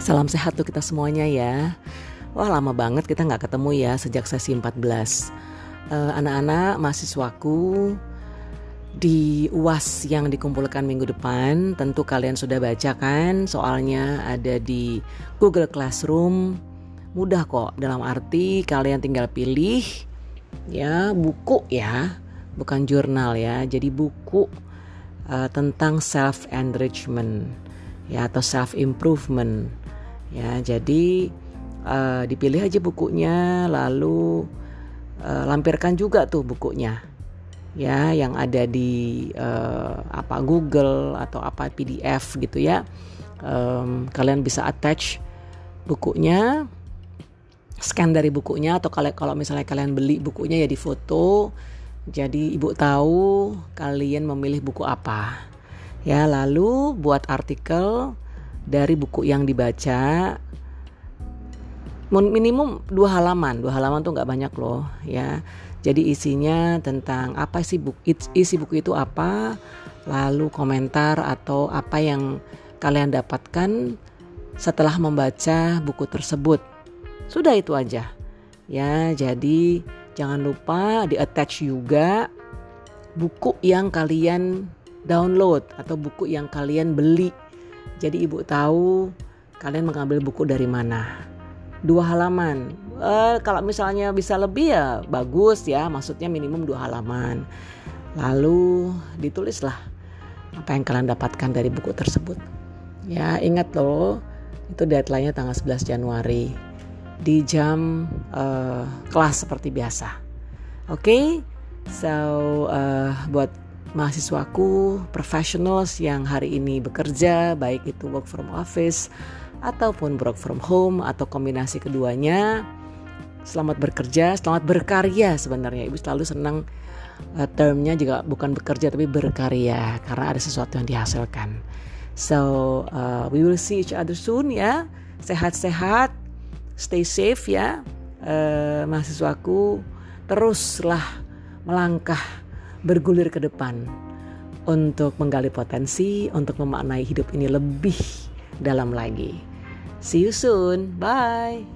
Salam sehat tuh kita semuanya ya. Wah, lama banget kita gak ketemu ya sejak sesi 14. Anak-anak mahasiswaku, di UAS yang dikumpulkan minggu depan tentu kalian sudah baca kan, soalnya ada di Google Classroom. Mudah kok, dalam arti kalian tinggal pilih ya buku ya, bukan jurnal ya. Jadi buku tentang self enrichment ya, atau self improvement ya. Jadi dipilih aja bukunya, lalu lampirkan juga tuh bukunya ya, yang ada di Google atau PDF gitu ya. Kalian bisa attach bukunya, scan dari bukunya, atau kalau misalnya kalian beli bukunya ya difoto. Jadi ibu tahu kalian memilih buku apa ya, lalu buat artikel dari buku yang dibaca, minimum 2 halaman. 2 halaman tuh gak banyak loh ya. Jadi isinya tentang apa sih isi buku itu apa, lalu komentar atau apa yang kalian dapatkan setelah membaca buku tersebut. Sudah itu aja ya. Jadi jangan lupa di-attach juga buku yang kalian download atau buku yang kalian beli. Jadi ibu tahu kalian mengambil buku dari mana. 2 halaman. Kalau misalnya bisa lebih ya bagus ya, maksudnya minimum 2 halaman. Lalu ditulislah apa yang kalian dapatkan dari buku tersebut. Ya, ingat loh, itu deadline-nya tanggal 11 Januari di jam kelas seperti biasa. Oke? So buat mahasiswaku, professionals yang hari ini bekerja, baik itu work from office ataupun work from home atau kombinasi keduanya, selamat bekerja, selamat berkarya. Sebenarnya ibu selalu senang termnya juga bukan bekerja tapi berkarya, karena ada sesuatu yang dihasilkan. So we will see each other soon ya. Sehat-sehat, stay safe ya. Mahasiswaku, teruslah melangkah bergulir ke depan untuk menggali potensi, untuk memaknai hidup ini lebih dalam lagi. See you soon. Bye.